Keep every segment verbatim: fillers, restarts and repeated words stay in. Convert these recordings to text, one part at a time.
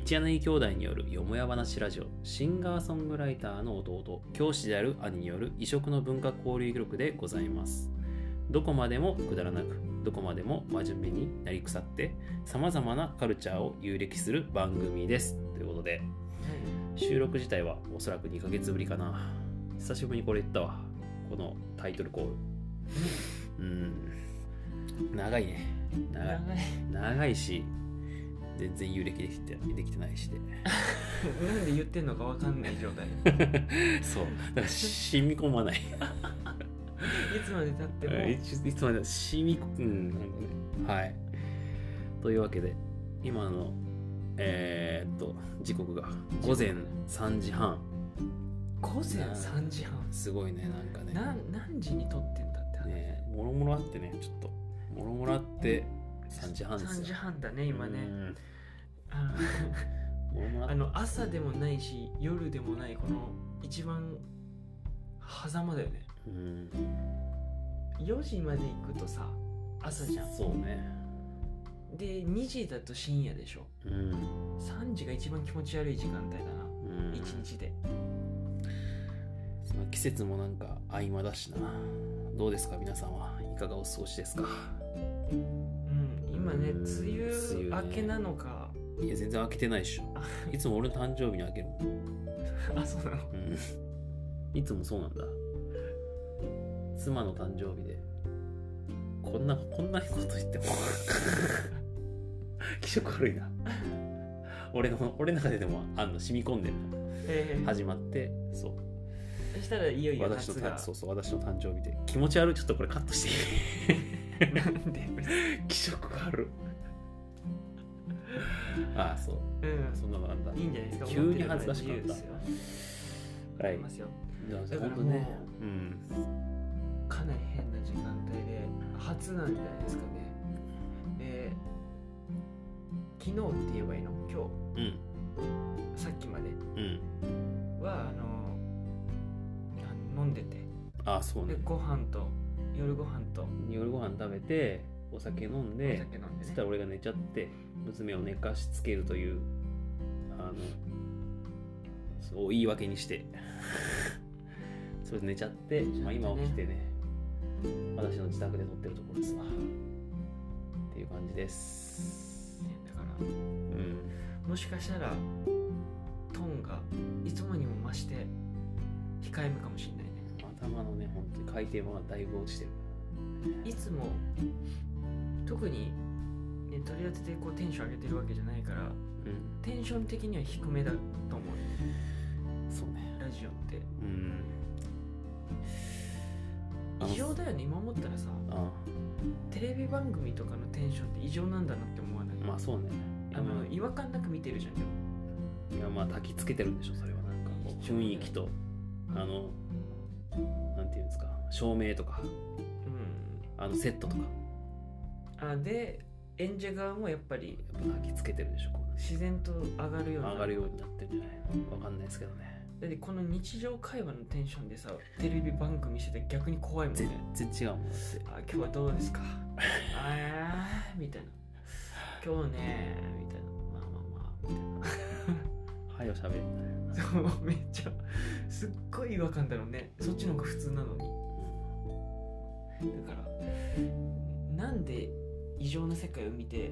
一柳兄弟によるよもや話ラジオ、シンガーソングライターの弟、教師である兄による異色の文化交流記録でございます。どこまでもくだらなく、どこまでも真面目になり腐って様々なカルチャーを遊歴する番組ですということで、収録自体はおそらくにかげつぶりかな。久しぶりにこれ言ったわ、このタイトルコール。うん長いね。長い長いし、全然遊歴できてできてないしでなんで言ってんのか分かんない状態そうだから染み込まないいつまで経ってもいついつまで染み込む、うんなんかね、はい。というわけで今のえー、っと時刻がごぜんさんじはん。 ごぜんさんじはん、 すごいね。なんかね、 な何時に撮ってんだって話ね。もろもろあってね、ちょっともろもろあってさんじはんですよ。 さんじはんだね今ね。あのあの朝でもないし夜でもない、この一番狭間だよね。 うんよじまで行くとさ朝じゃん。 そうね。 でにじだと深夜でしょ。 うんさんじが一番気持ち悪い時間帯だな、 うん一日で。 その季節もなんか合間だしな。どうですか皆さんは、いかがお過ごしですか？ うん、今ね、梅雨明けなのか。 いや全然開けてないっしょ。いつも俺の誕生日に開けるもんあ、そうなの、 うん、いつもそうなんだ。妻の誕生日でこんなこんなこと言っても気色悪いな。俺の俺の中ででもあんの染み込んでるの、 えー、 始まって、そうそしたらいよいよ私の夏がそうそう私の誕生日で気持ち悪い。ちょっとこれカットしていい？ なんで気色悪い。ああそう、 うん、 そんなのなんだ。 いいんじゃないですか。 急に恥ずかしくなった。はい。 ますよ。 だから本当ね、うん、 かなり変な時間帯で初なんじゃないですかね。えー、昨日って言えばいいの？今日、 うん、 さっきまでうんはあの飲んでて、 ああそうね。 でご飯と夜ご飯と夜ご飯食べてお酒飲んで、 お酒飲んでね、 そしたら俺が寝ちゃって娘を寝かしつけるというあのそう言い訳にしてそれで寝ちゃって、まあ、今起きてね、私の自宅で撮ってるところですわっていう感じです、 ね、だから、 うん、 もしかしたらトーンがいつもにも増して控えめかもしれないね。 頭のね、本当に回転はだいぶ落ちてる。 いつも特に、ね、取り当ててこうテンション上げてるわけじゃないから、うん、テンション的には低めだと思う。 そうね、 ラジオって、 うん、 異常だよね。今思ったらさ、 あテレビ番組とかのテンションって異常なんだなって思わない？ まあそうね。 あの違和感なく見てるじゃん。でもいやまあ焚きつけてるんでしょそれは。なんかこう雰囲気とあのなんていうんですか、照明とか、うん、あのセットとか、 あで演者側もやっぱりやっぱ焚きつけてるでしょ。こう自然と上がるように上がるようになってるんじゃないの？わかんないですけどね。 だってこの日常会話のテンションでさ、テレビ番組してて逆に怖いもんね。 全然違うもんだって。 あ、今日はどうですかあーみたいな、今日ねみたいな、まあまあまあみたいなはよ喋るんだよ。 そうめっちゃすっごい違和感だろうね。そっちの方が普通なのに。だからなんで異常な世界を見て、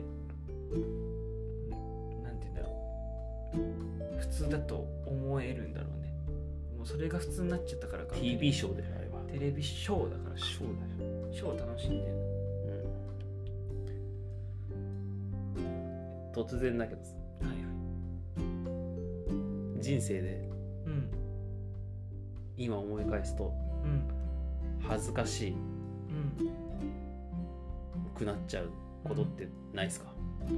なんて言うんだろう、普通だと思えるんだろうね。もうそれが普通になっちゃったからか。 ティービー ショーであればテレビショーだからショーだよ。 ショーを楽しんでる、 うん、突然だけどさ、 はいはい、 人生で、 うん、 今思い返すと、うん、恥ずかしい、うん、くなっちゃうことってないですか？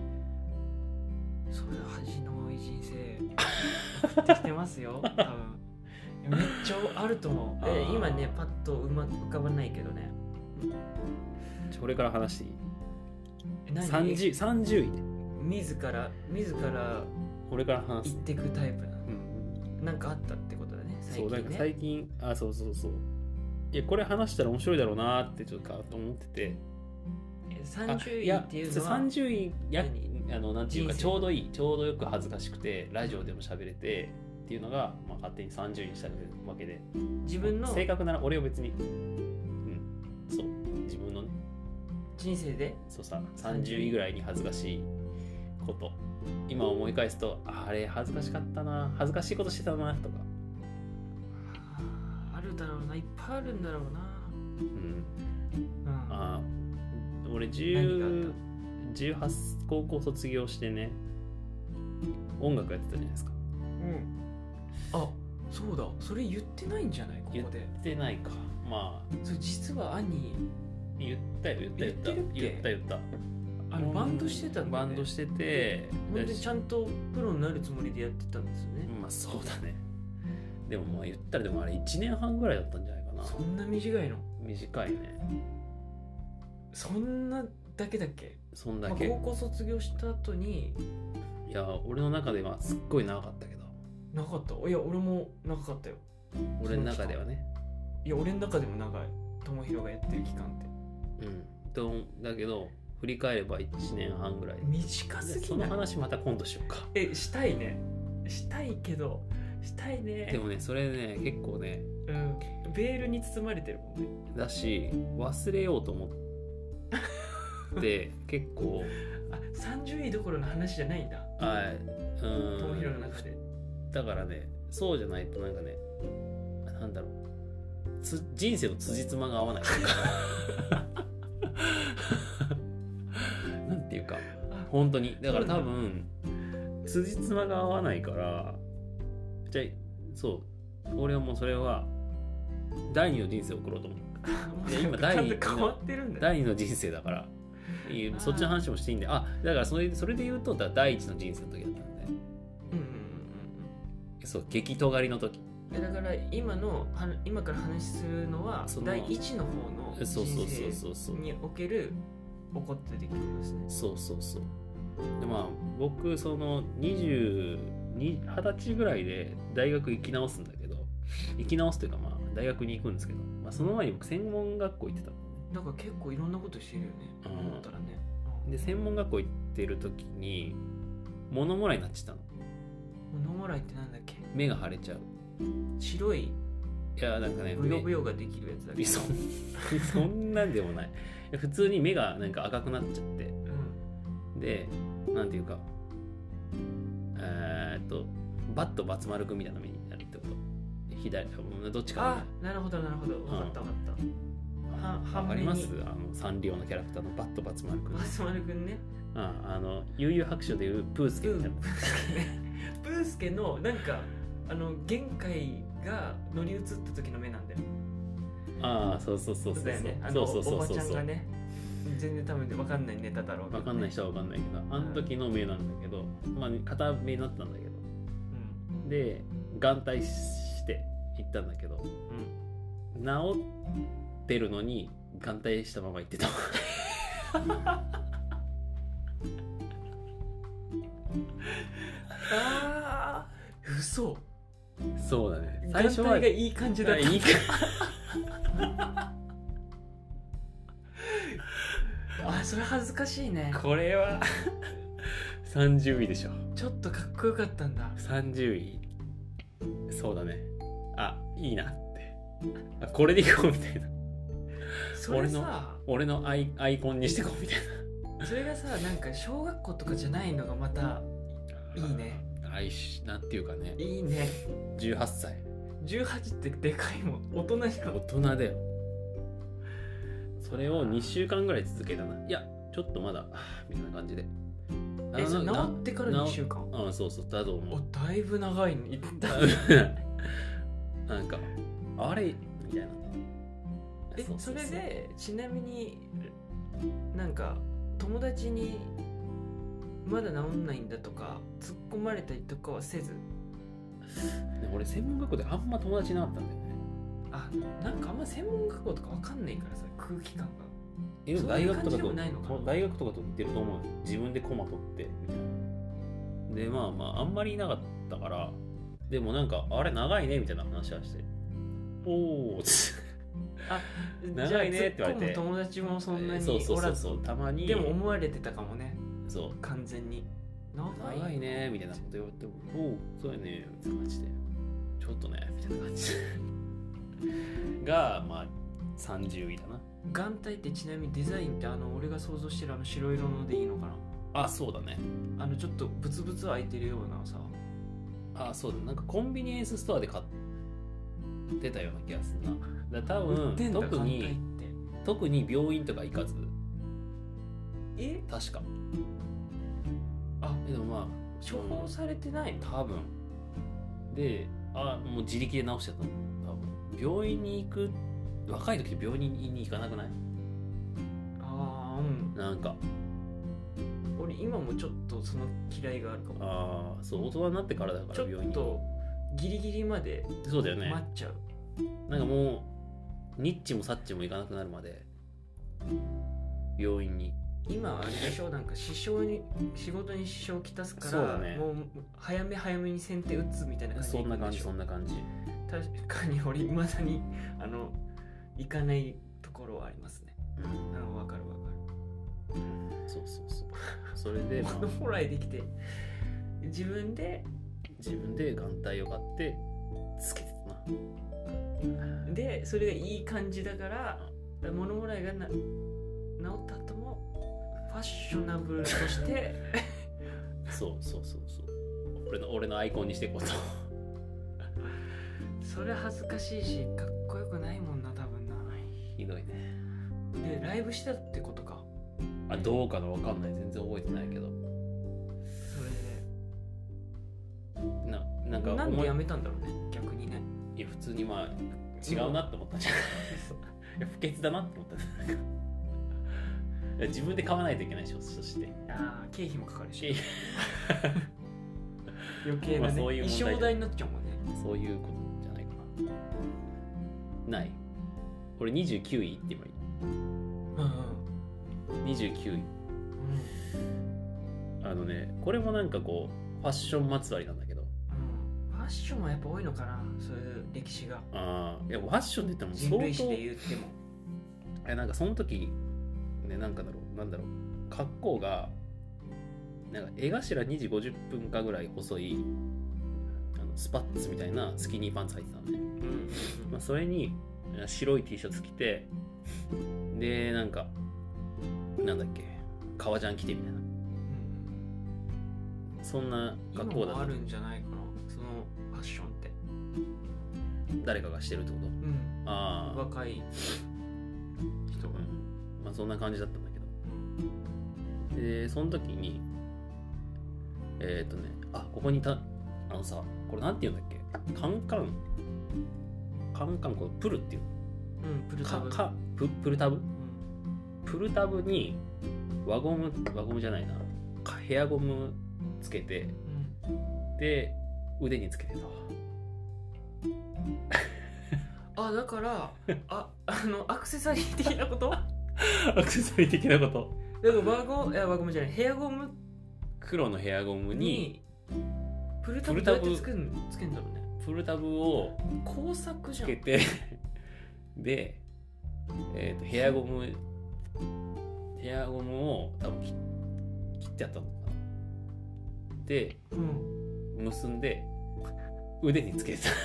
それは恥の多い人生送ってきてますよ多分。めっちゃあると思う。え今ねパッとうま浮かばないけどね。 これから話していい？ 何さんじゅう, さんじゅういで自ら自らこれから話す言ってくタイプなの、うん、なんかあったってことだね最近ね。 そう、なんか最近、あ、そうそうそう、いやこれ話したら面白いだろうなってちょっとかと思ってて、 さんじゅういっていうのはさんじゅういやあのなんていうかちょうどいいちょうどよく恥ずかしくてラジオでも喋れてっていうのが、まあ、勝手にさんじゅうにしたわけで、 自分の正確なら俺を別にうんそう自分の、ね、 人生でそうささんじゅういぐらいに恥ずかしいこと今思い返すとあれ恥ずかしかったな恥ずかしいことしてたなとかあるだろうないっぱいあるんだろうなうん、 うん、 あ俺じゅう、じゅうはち高校卒業してね音楽やってたじゃないですか。 うんあそうだそれ言ってないんじゃないここで言ってないかまあそれ実は兄言ったよ言った言った言ってるっけ言った言ったあのバンドしてたんだ、ね、 バンドしててほんでちゃんとプロになるつもりでやってたんですよね。 まあそうだね。でもまあ言ったらでもあれいちねんはんぐらいだったんじゃないかな。 そんな短いの？ 短いね。 そんなだけだっけ？ そんだけ、 まあ、高校卒業した後にいや俺の中ではすっごい長かったけどなかったいや俺も長かったよ俺の中ではねいや俺の中でも長い友弘がやってる期間ってうんとだけど振り返ればいちねんはんぐらい短すぎない？ その話また今度しようか。 えしたいねしたいけどしたいね。 でもねそれね結構ねうんベールに包まれてるもんね。 だし忘れようと思って結構あさんじゅういどころの話じゃないんだ。 はいうん友弘の中でだからねそうじゃないとなんかねなんだろうつ人生の辻褄が合わないなんていうか本当にだから多分辻褄が合わないからじゃあそう俺はもうそれは第二の人生を送ろうと思う。いや今第二変わってるんだ。 第二の人生だからいいそっちの話もしていいんであだからそれそれで言うとだ第一の人生の時だったんで、 うんうんうんうん、そう激尖りの時だから今の今から話するのはその第一の方の人生における起こった出来事ですね。 そうそうそうでまあ僕そのにじゅうに、はたちぐらいで大学行き直すんだけど行き直すというかまあ大学に行くんですけど、まあ、その前に僕専門学校行ってたのね。 なんか結構いろんなことしてるよね、うん、思ったらね。 で専門学校行ってる時に物もらいになっちゃったの。 物もらいってなんだっけ？ 目が腫れちゃう白いいやなんかねブヨブヨができるやつだけどそ, そんなんでもない普通に目がなんか赤くなっちゃって、うん、でなんていうかえー、っとバットバツ丸くんみたいな目になるってこと左どっちか、 ね、あなるほどなるほど分かった分かった、 うん、はわかりますあのサンリオのキャラクターのバットバツ丸くんバツ丸くんねああの悠々白書でいうプースケみたいな、うん、 プースケのなんかあの玄海が乗り移った時の目なんだよ。 ああそうそうそうそうそう、 ね、あのそうそうそうそうおばちゃんがね全然多分分かんないネタだろうけど、ね、 分かんない人は分かんないけどあの時の目なんだけど、うん、まあ片目になったんだけど、うん、で眼帯して行ったんだけど、うん、治ってるのに眼帯したまま行ってたあー嘘そうだね最初は眼帯がいい感じだったいいあそれ恥ずかしいね。 これはさんじゅういでしょ。 ちょっとかっこよかったんだ。 さんじゅういそうだね。あいいなってあこれでいこうみたいなそれさ俺の、俺のアイ、アイコンにしてこうみたいなそれがさなんか小学校とかじゃないのがまたいいね。 来週なんていうかねいいね。 じゅうはっさいじゅうはちってでかいもん。大人しか大人だよ。それをにしゅうかんぐらい続けたな。いやちょっとまだみたいな感じでえそれ治ってからにしゅうかんあそうそうだと思う。 だいぶ長いのなんかあれみたいなえ そ, それでちなみになんか友達にまだ治んないんだとか突っ込まれたりとかはせず、 俺専門学校であんま友達いなかったんだよね。 あなんかあんま専門学校とかわかんないからさ空気感がえ大学とかとないのか大学とかと似てると思う。自分でコマ取ってみたいなでまあまああんまりいなかったからでもなんかあれ長いねみたいな話はしておおあ長いねって言われて友達もそんなにそうそうそうそうたまにでも思われてたかもね。 そう完全に長い長いねみたいなこと言われてもおうそうやねみたいな感じでちょっとねみたいな感じがまあさんじゅういだな。 眼帯ってちなみにデザインってあの俺が想像してるあの白色のでいいのかな。 あそうだね。 あのちょっとブツブツ開いてるようなさ。 あそうだなんかコンビニエンスストアで買ってたような気がするな。だから多分特に特に病院とか行かずえ確かあでもまあ処方されてないの多分であもう自力で治してたの多分病院に行く若い時って病院に行かなくない？ ああうんなんか俺今もちょっとその嫌いがあるかも。 ああそう大人になってからだから病院にちょっとギリギリまでそうだよね待っちゃう。 なんかもうニッチもサッチも行かなくなるまで病院に今あれでしょなんか支障に仕事に支障をきたすからそうだねもう早め早めに先手打つみたいな感じでそんな感じ行くそんな感じ確かに俺いまだにあの行かないところはありますね。 うんあの分かる分かる。 そうそうそうそれで、まあ、 子供来できて自分で自分で眼帯を買ってつけてたな。 でそれがいい感じだから物もらいがな治った後もファッショナブルとしてそうそうそうそう俺の俺のアイコンにしていこうとそれ恥ずかしいしかっこよくないもんな多分な。 ひどいね。 でライブしてたってことか。 あどうかなわかんない全然覚えてないけどそれななんかでなんで思いやめたんだろうね逆にね。 いや普通にまあ違うなって思ったんじゃないいや不潔だなって思ったいや自分で買わないといけないでしょそしてああ経費もかかるし経余計なね、 まあそういう問題衣装代になっちゃうもんね。 そういうことじゃないかな。ない俺にじゅうきゅういって今うんにじゅうきゅういうんあのねこれもなんかこうファッションまつわりなんだけどうんファッションはやっぱ多いのかなそういう歴史が。 ああいやファッションで言ったらもう人類史で言ってもえなんかその時ねなんかだろうなんだろう格好がなんか絵頭にじごじゅっぷんかぐらい細いあのスパッツみたいなスキニーパンツ履いてたのね、 うんまあ、それに白い T シャツ着てでなんかなんだっけ革ジャン着てみたいなそんな格好だった。 今もあるんじゃないかなそのファッションって。 誰かがしてるってこと？ うんああ若い人が、 うんまあそんな感じだったんだけどでその時にえっ、ー、とねあここにたあのさこれなんて言うんだっけカンカンカンカンこれプルっていううんプルタブかかププルタブうんプルタブに輪ゴム輪ゴムじゃないなヘアゴムつけてうんで腕につけてたわあだからああのアクセサリー的なことアクセサリー的なことだから輪ゴムいや輪ゴムじゃないヘアゴム黒のヘアゴムににプルタブどうやってつけんつけんだろうね。 プルタブを工作じゃん。 つけてで、えー、とヘアゴムヘアゴムを多分切切ってやったのかなでうん結んで腕につけてた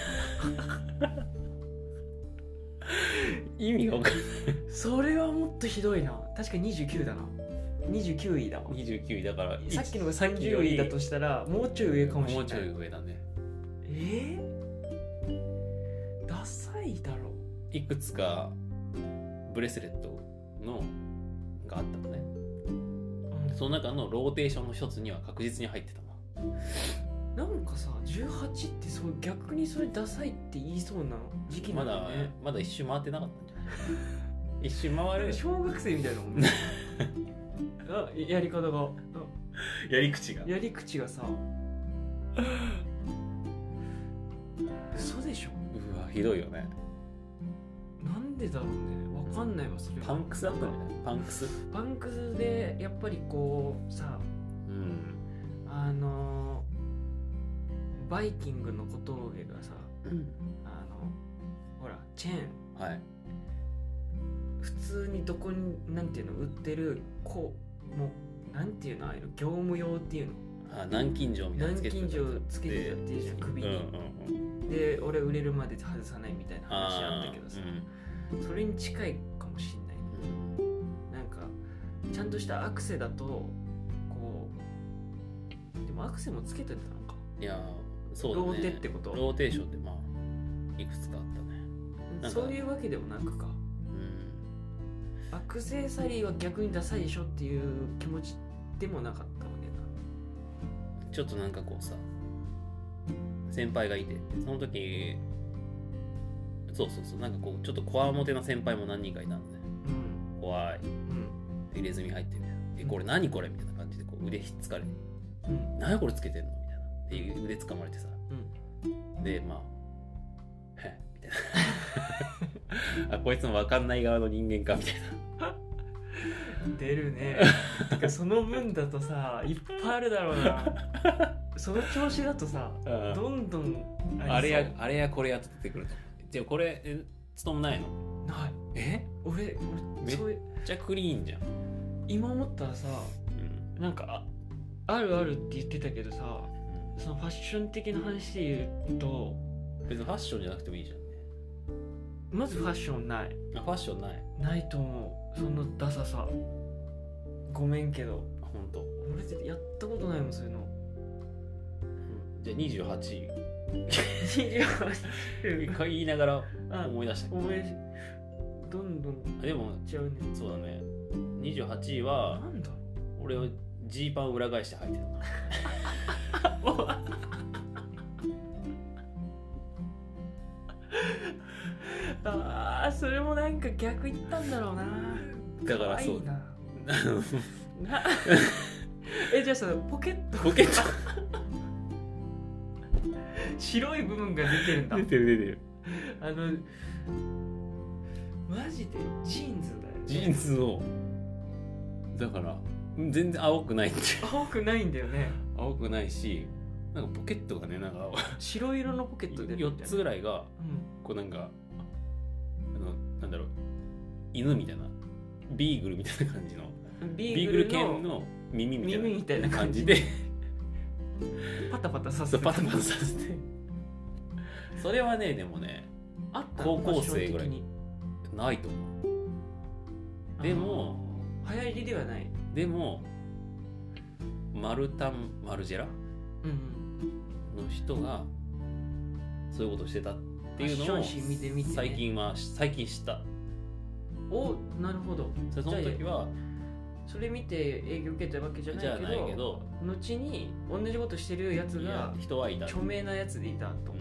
意味が分かんないそれはもっとひどいな。確かににじゅうきゅうだな。にじゅうきゅういだわ。 にじゅうきゅういだからさっきのがさんじゅういだとしたらもうちょい上かもしれない。 もうちょい上だね。 えー、ダサいだろ。 いくつかブレスレットのがあったのね、 うん、 その中のローテーションの一つには確実に入ってたな。なんかさじゅうはちってそう逆にそれダサいって言いそうな時期なまだんだね。 まだ一周回ってなかったんじゃない一周回る小学生みたいなもんねあやり方があやり口がやり口がさ嘘でしょ。 うわひどいよね。 なんでだろうね。わかんないわそれは。 パンクスだったんじゃないパンクスパンクスでやっぱりこうさうんあのバイキングの小峠がさうんあのほらチェーンはい普通にどこになんていうの売ってるこうもうなんていうの、ああいうの業務用っていうの、 あ、南京錠みたいなのつけてた南京錠つけてたっていうじゃん、首に、 うんうんうん、 で俺売れるまで外さないみたいな話あったけどさ、 うん、 それに近いかもしんない、うん、なんかちゃんとしたアクセだとこう、でもアクセもつけてたのか、 いやそうだね、 ローテってこと、 ローテーションってまあいくつかあったね、 そういうわけでもなくか、うん、アクセサリーは逆にダサいでしょっていう気持ちでもなかったわけだ。 ちょっとなんかこうさ、先輩がいて、その時そうそうそう、なんかこうちょっとこわもてな先輩も何人かいたんで、うん、怖い、うん、入れ墨入ってみたいな、えこれ何これみたいな感じでこう腕ひっつかれ、うん、何これつけてんのみたいなっていう腕つかまれてさ、うん、でまあへみたいなあこいつも分かんない側の人間かみたいな出るねてかその分だとさいっぱいあるだろうなその調子だとさ、うん、どんどんあ, あれやあれやこれやと出てくると。でもこれえつともないの？ ない。 え俺俺めっちゃクリーンじゃん。 今思ったらさ、うん、なんか あ, あるあるって言ってたけどさ、うん、そのファッション的な話で言うと別にファッションじゃなくてもいいじゃんね。 まずファッションない。 あファッションないないと思う。そのダサさごめんけど。 ほんと俺ってやったことないもんそういうの、 うん、じゃあにじゅうはちいにじゅうはち一回言いながら思い出した思いどんどんでも違うね。 そうだね。にじゅうはちいはなんだ俺をジーパン裏返して履いてたなあーそれもなんか逆言ったんだろうな。 だからそういいなえじゃあそのポケットポケット白い部分が出てるんだ。 出てる出てる。 あのマジでジーンズだよ、ね、 ジーンズのだから全然青くないって青くないんだよね。 青くないしなんかポケットがねなんか白色のポケットでよっつぐらいが、うん、こうなんかあのなんだろう犬みたいなビーグルみたいな感じのビーグル犬の耳みたいな耳みたいな感じでパタパタさせてパタパタさせてそれはねでもねあった高校生ぐらいないと思う。でも流行りではない。 でもマルタンマルジェラ、うんうん、の人がそういうことをしてたっていうのを見て見て、ね、 最近は最近知った。 おなるほど。 その時はそれ見て営業受けたわけじゃないけ ど, じゃないけど後に同じことしてるやつが人はいた著名なやつでいたと、うん、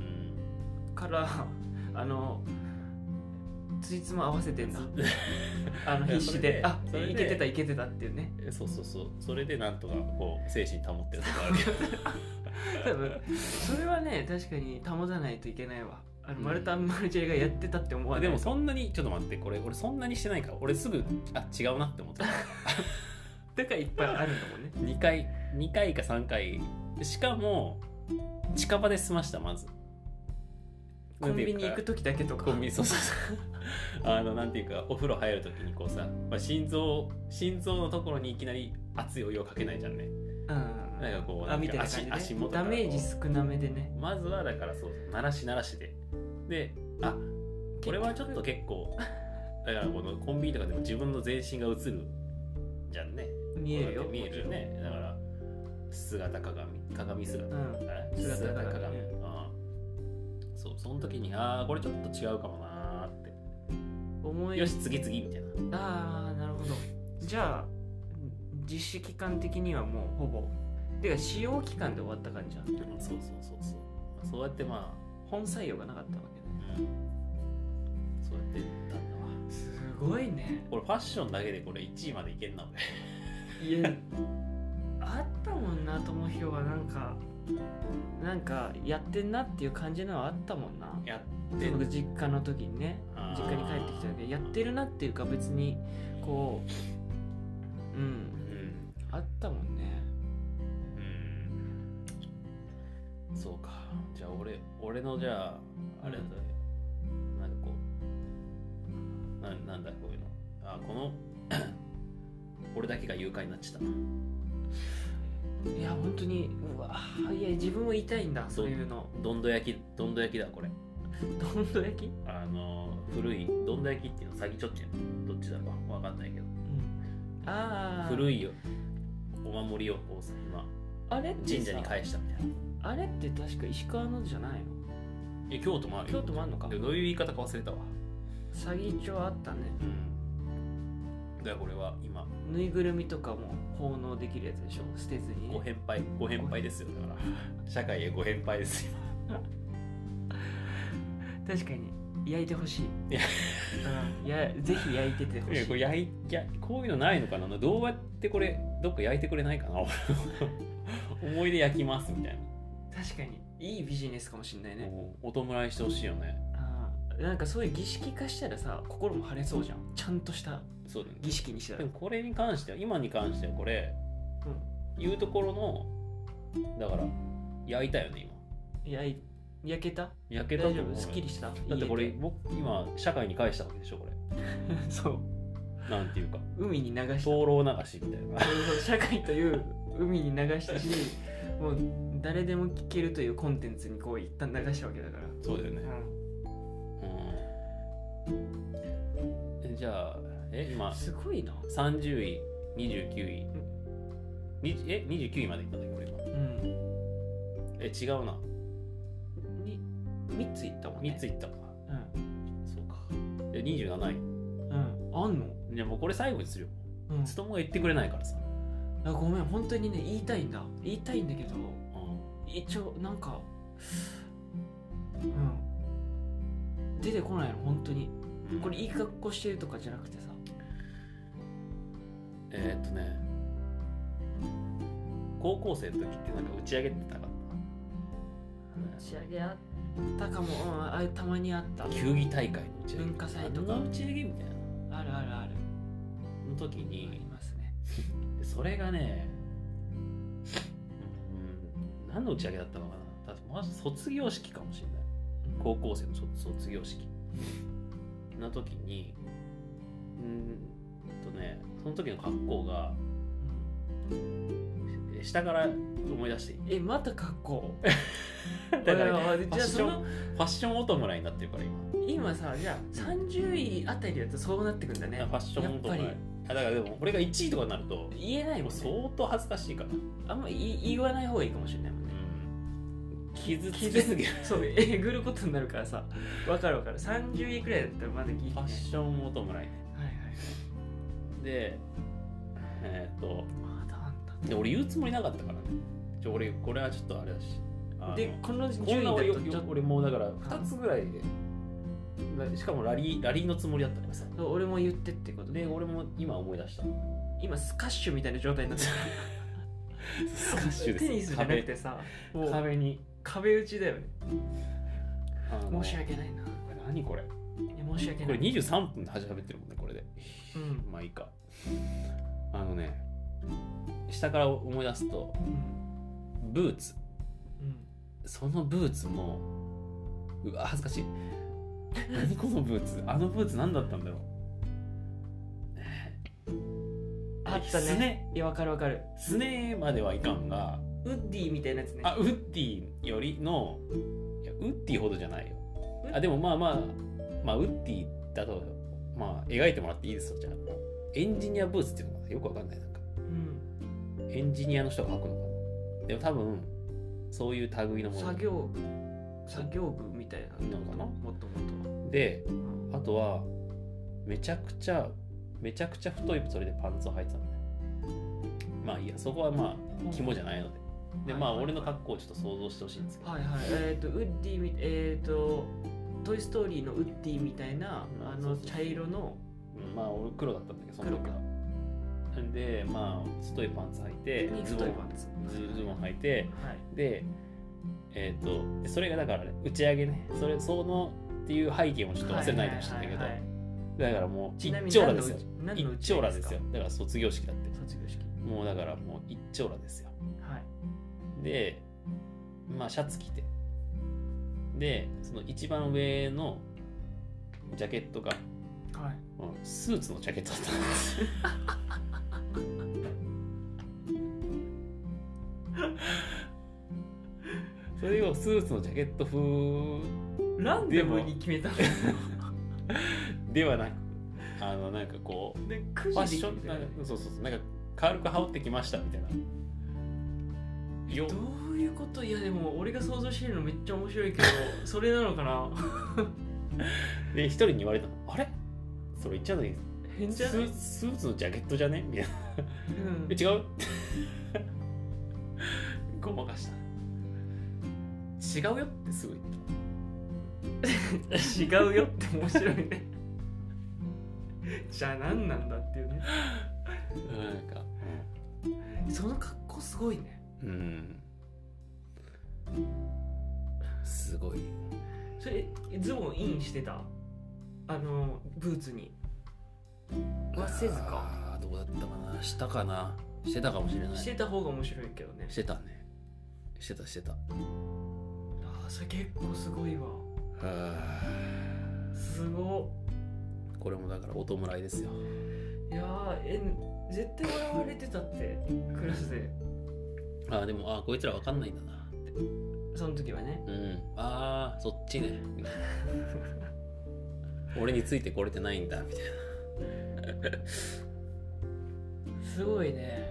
からあのついつも合わせてんだあの必死であそれでいけてたいけてたっていうね。 そうそうそうそれでなんとかこう精神保ってるとこあるけど多分それはね確かに保たないといけないわ。あのマルタンマルジェがやってたって思わないと。 でもそんなにちょっと待ってこれ俺そんなにしてないから俺すぐあ違うなって思っただからいっぱいあるんだもんねにかいにかいかさんかいしかも近場で済ました。まずコンビニ行く時だけとかコンビニそうそうそうあのなんていうかお風呂入る時にこうさ、まあ、心臓心臓のところにいきなり熱いお湯をかけないじゃんね。うんなんかこうなんか足、ね、足元からダメージ少なめでね。 まずはだからそう鳴らし鳴らしでであこれはちょっと結構だからこのコンビニとかでも自分の全身が映るじゃんね。 見えるよ見えるよね。だから姿鏡鏡姿、うん、 姿鏡、 鏡、うん、そうその時にああこれちょっと違うかもなーって思いよし次々みたいな。ああなるほど。じゃあ実施期間的にはもうほぼてか使用期間で終わった感じじゃん。 そうそうそうそうそうやってまあ本採用がなかったわけね、 うん、そうやって言ったんだわ。 すごいね。 これファッションだけでこれいちいまでいけんな俺いやあったもんなともひろはなんかなんかやってんなっていう感じのはあったもんな。 やって僕実家の時にね実家に帰ってきた時やってるなっていうか別にこううん、うん、あったもんね。 うんそうか。じゃあ俺俺のじゃああれだね、うん、なんかこうななんだこういうのあこの俺だけが誘拐になっちゃったな。 いや本当にうわいや自分も痛いんだそういうの。 どんど焼きどんど焼きだこれ。 どんど焼き？ あの古いどんど焼きっていうの詐欺ちょっちゅうどっちだかわかんないけど、 うん、ああ古いよお守りをこうさ今あれって神社に返したみたいな。 あれって確か石川のじゃないの？ え京都もあるよ。 京都もあるのか。 どういう言い方か忘れたわ。 詐欺帳あったね。 うん。だからこれは今ぬいぐるみとかも奉納できるやつでしょ、捨てずに、ね、 ご返杯ご返杯ですよ。だから社会へご返杯です今確かに焼いてほしい。 いや、 うん、やぜひ焼いててほしい。 いやこれ焼いやこういうのないのかな。どうやってこれどっか焼いてくれないかな思い出焼きますみたいな。 確かにいいビジネスかもしれないね。 お弔いしてほしいよね。 あなんかそういう儀式化したらさ心も晴れそうじゃん。ちゃんとしたそうだよね。 儀式にしたら。 でもこれに関しては今に関してはこれ、うん、いうところのだから焼いたよね今。焼い焼けた？ 焼けたと思う。 大丈夫？すっきりした？ だってこれ僕今社会に返したわけでしょこれそうなんていうか海に流した灯籠流しみたいなそう社会という海に流したしもう誰でも聞けるというコンテンツにこう一旦流したわけだから。 そうだよね、うんうん、じゃあえ今すごいな。 さんじゅういにじゅうきゅうい、うん、えにじゅうきゅういまでいったんだけど今、うん、え違うなにみっついったもんね。 みっついったか。うんそうか。えにじゅうなない。 うんあんの？ いやもうこれ最後にするよ。つともが言ってくれないからさ。 あごめん本当にね言いたいんだ言いたいんだけど、うん、一応なんかうん出てこないの本当に、うん、これいい格好してるとかじゃなくてさえー、っとね高校生の時ってなんか打ち上げってなかった？ 打ち上げあったかも、うん、あたまにあった。 球技大会の打ち上げ文化祭とか打ち上げみたいなあるあるあるの時にありますねでそれがね、うん、何の打ち上げだったのかな。だってまず卒業式かもしれない、うん、高校生の卒業式の時にうんとねその時の格好が、うん、下から思い出していい？ えまた格好だからファッションファッションお弔いになってるから今今さじゃあさんじゅういあたりだとそうなってくんだね。 ファッションお弔いあだからでも俺がいちいとかになると言えないもんね。 相当恥ずかしいからあんま言わない方がいいかもしれないもんね、 うん、傷つきすぎるそうえぐることになるからさわかるわかる。さんじゅういくらいだったらまだ聞いて、ね、 ファッションお弔いね。はいはいでえー、っとまだあんだで俺言うつもりなかったからね。ちょ俺これはちょっとあれだしでこの順位だとちょっと俺もうだからふたつぐらいでしかもラリーラリーのつもりだったからさ俺も言ってってことで、 ね、俺も今思い出した今スカッシュみたいな状態になってるスカッシュですテニスじゃなくてさ壁, 壁に壁打ちだよね。申し訳ないな。 これ何これ。 いや申し訳ない。 これにじゅうさんぷんで始めてるもんねこれで、 うん、 まあいいか。あのね下から思い出すと、うん、ブーツ、うん、そのブーツもうわ恥ずかしい何このブーツあのブーツ何だったんだろう。 あったね。 スネいやわかるわかる。 スネまではいかんがウッディみたいなやつね。 あウッディよりのいやウッディほどじゃないよ。あでもまあまあまあウッディだとまあ描いてもらっていいですよ。じゃあエンジニアブーツっていうのがよくわかんないなんか、うん、エンジニアの人が書くのかな。でも多分そういう類のもの作業作業部みたいなのかなもっともっとで、あとはめちゃくちゃめちゃくちゃ太いそれでパンツを履いてたのね。まあいいやそこはまあ肝じゃないので、でまあ俺の格好をちょっと想像してほしいんですけど、 はいはいえっ、ー、とウッディみえっ、ー、とトイストーリーのウッディみたいな、うん、あの茶色の、 うん、まあ俺黒だったんだけどその時はでまあ太いパンツ履いてズボンズボン履いて、はい、でえっ、ー、とそれがだから、ね、打ち上げねそれそのっていう背景もちょっと忘れないでほしいんだけど、はいはいはいはい、だからもう一長羅ですよ。一長羅ですよ。だから卒業式だって。 卒業式。 もうだからもう一長羅ですよ。 はい。 で、まあシャツ着て、でその一番上のジャケットが、はい、スーツのジャケットだったんです。 応スーツのジャケット風ランダムに決めたのではなく、あのなんかこうでファッションなんかそうそうそうなんか軽く羽織ってきましたみたいな。よどういうこと？いやでも俺が想像してるのめっちゃ面白いけどそれなのかなで一人に言われたの、あれそれ言っちゃうのに変じゃない？ ス, スーツのジャケットじゃねみたいな、 うん、 え違うごまかした。違うよってすぐ違うよって面白いねじゃあ何なんだっていうね。 なんか、 うん、その格好すごいね。 うんすごい。 それズボンインしてた？あのブーツにはせずか。 あどうだったかな、したかな、してたかもしれない。 してた方が面白いけどね。 してたね、してたしてた。 ああそれ結構すごいわ。 はすごっ、これもだからお弔いですよ。 いやーえ絶対笑われてたってクラスで。 ああでもあこいつら分かんないんだなってその時はね。 うんああそっちねみたいな俺についてこれてないんだみたいなすごいね。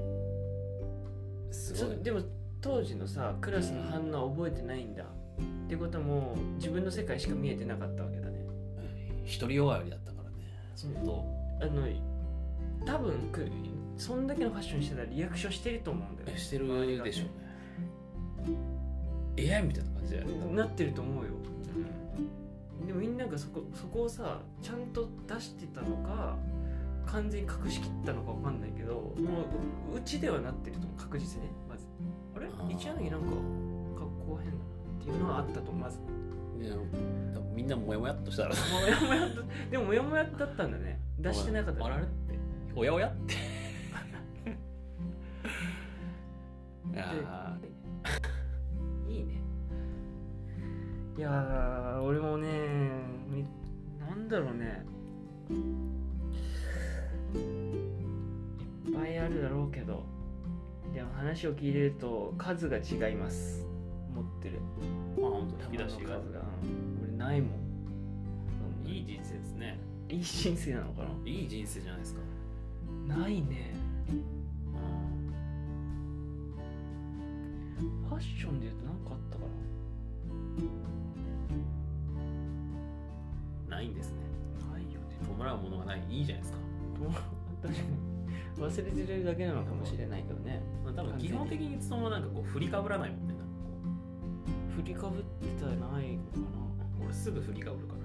すごい。 でも当時のさクラスの反応は覚えてないんだ、うん、ってことはもう自分の世界しか見えてなかったわけだね。 独りよがりだったからね。 そのあの多分くそんだけのファッションしてたらリアクションしてると思うんだよね。 してるでしょうね。エアみたいな感じだよね。 なってると思うよ、うん、でもみんながそこそこをさちゃんと出してたのか完全に隠しきったのか分かんないけど、もううちではなってると思う確実にね。まずあれ一柳なんか格好変だなっていうのはあったと思う。まずいや多分みんなモヤモヤっとしたらもやもやっとでもモヤモヤだったんだね。出してなかった、ね、 あられっておやおやっていやいいね。いやー俺もねなんだろうねいっぱいあるだろうけど、でも話を聞いてると数が違います。持ってるあ本当引き出しが数が、うん、俺ないもん。 いい人生ですね。 いい人生なのかな。 いい人生じゃないですか。 ないね。ファッションで言うと何かあったかな。ないんですね。 な。ないよね。 弔うものがない。いいじゃないですか。 確かに忘れてるだけなのかもしれないけどね。 まあ、多分基本的にいつもなんかこう振りかぶらないもんね。なんかこ振りかぶってたらないかう俺すぐ振りかぶるから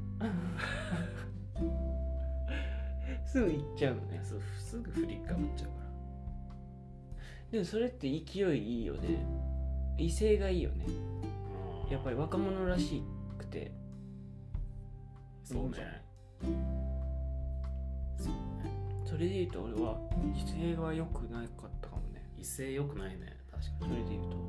すぐ行っちゃうのね。 すすぐ振りかぶっちゃうから。 でもそれって勢いいいよね。威勢がいいよね。やっぱり若者らしくて。 そうじゃないそうね。 それで言うと俺は威勢が良くなかったかもね。 威勢良くないね。確かに。 それで言うと、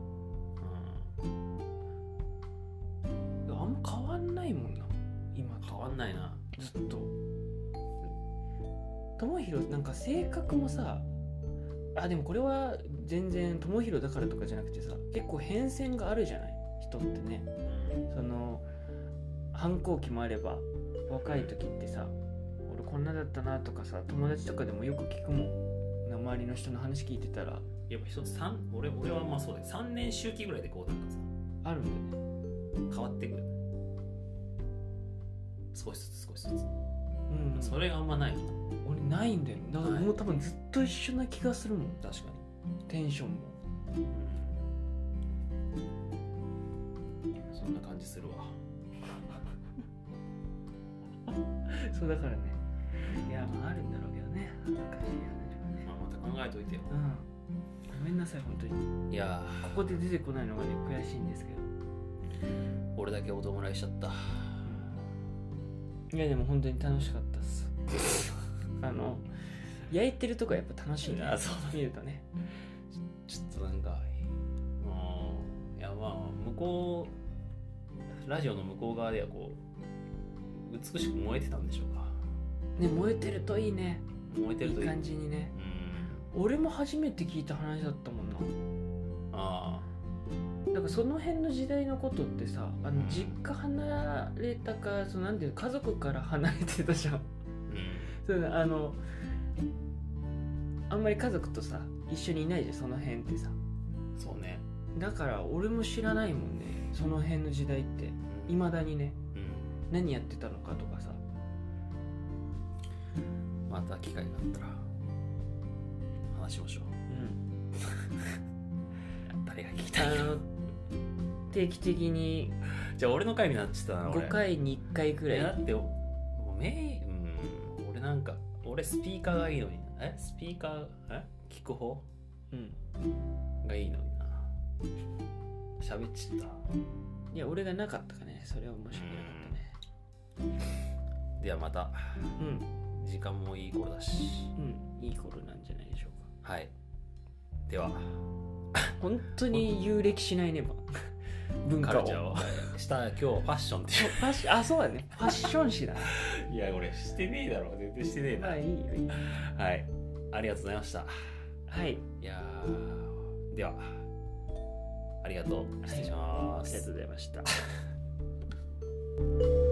うん、あんま変わんないもんな今と。 変わんないなずっと。智弘なんか性格もさあでもこれは全然智弘だからとかじゃなくてさ結構変遷があるじゃない人ってね、うん、その反抗期もあれば若い時ってさ俺こんなだったなとかさ友達とかでもよく聞くもん。周りの人の話聞いてたらやっぱ一つ三俺俺はまあそうだよさんねん周期ぐらいでこうなんかさあるんだよね。 変わってくる少しずつ少しずつ、うんうん、 それがあんまないの。 俺ないんだよ。だからもう多分ずっと一緒な気がするもん。 確かにテンションも、 うん、そんな感じするわそうだからねいやまああるんだろうけどね恥ずかしい話はね、 まあ、また考えといてよ。 うんごめんなさい本当に。 いやここで出てこないのがね悔しいんですけど俺だけお弔いしちゃった。 いやでも本当に楽しかったっすあの焼いてるとこやっぱ楽しいね。 あそう見るとねちょっとなんかうんいやまあ向こうラジオの向こう側ではこう美しく燃えてたんでしょうかね。燃えてるといいね。 燃えてるといいいい感じにね。 うん俺も初めて聞いた話だったもんな。 ああだからその辺の時代のことってさ、あの実家離れたか、そのなんていうの、家族から離れてたじゃん。 うんそうだ、あのあんまり家族とさ一緒にいないじゃん、その辺ってさ。 そうね。 だから俺も知らないもんね、その辺の時代っていまだにね、 うん、 何やってたのかとかさ。 また機会があったら話しましょう。 うん、 誰が聞きたいあの定期的にじゃあ俺の回になっちゃったな。俺ごかいにいっかいくらい。 いやだってもうメイン、うん、俺なんか俺スピーカーがいいのに、えスピーカーえ聞く方、 うん、 がいいのにな。喋っちゃった。 いや俺がなかったかね、それは面白くなかったね。 ではまた、 うん時間もいい頃だし、 うん、いい頃なんじゃないでしょうか。 はい。では本当に有歴しないねば文化をカルチャーをした今日ファッションっていうファッシあそうだね、ファッション誌だね。 いや俺してねえだろ、全然してねえな。 まあいいよいいよ。 はい、ありがとうございました。 はい、 いやーではありがとう、失礼します、 ありがとうございました。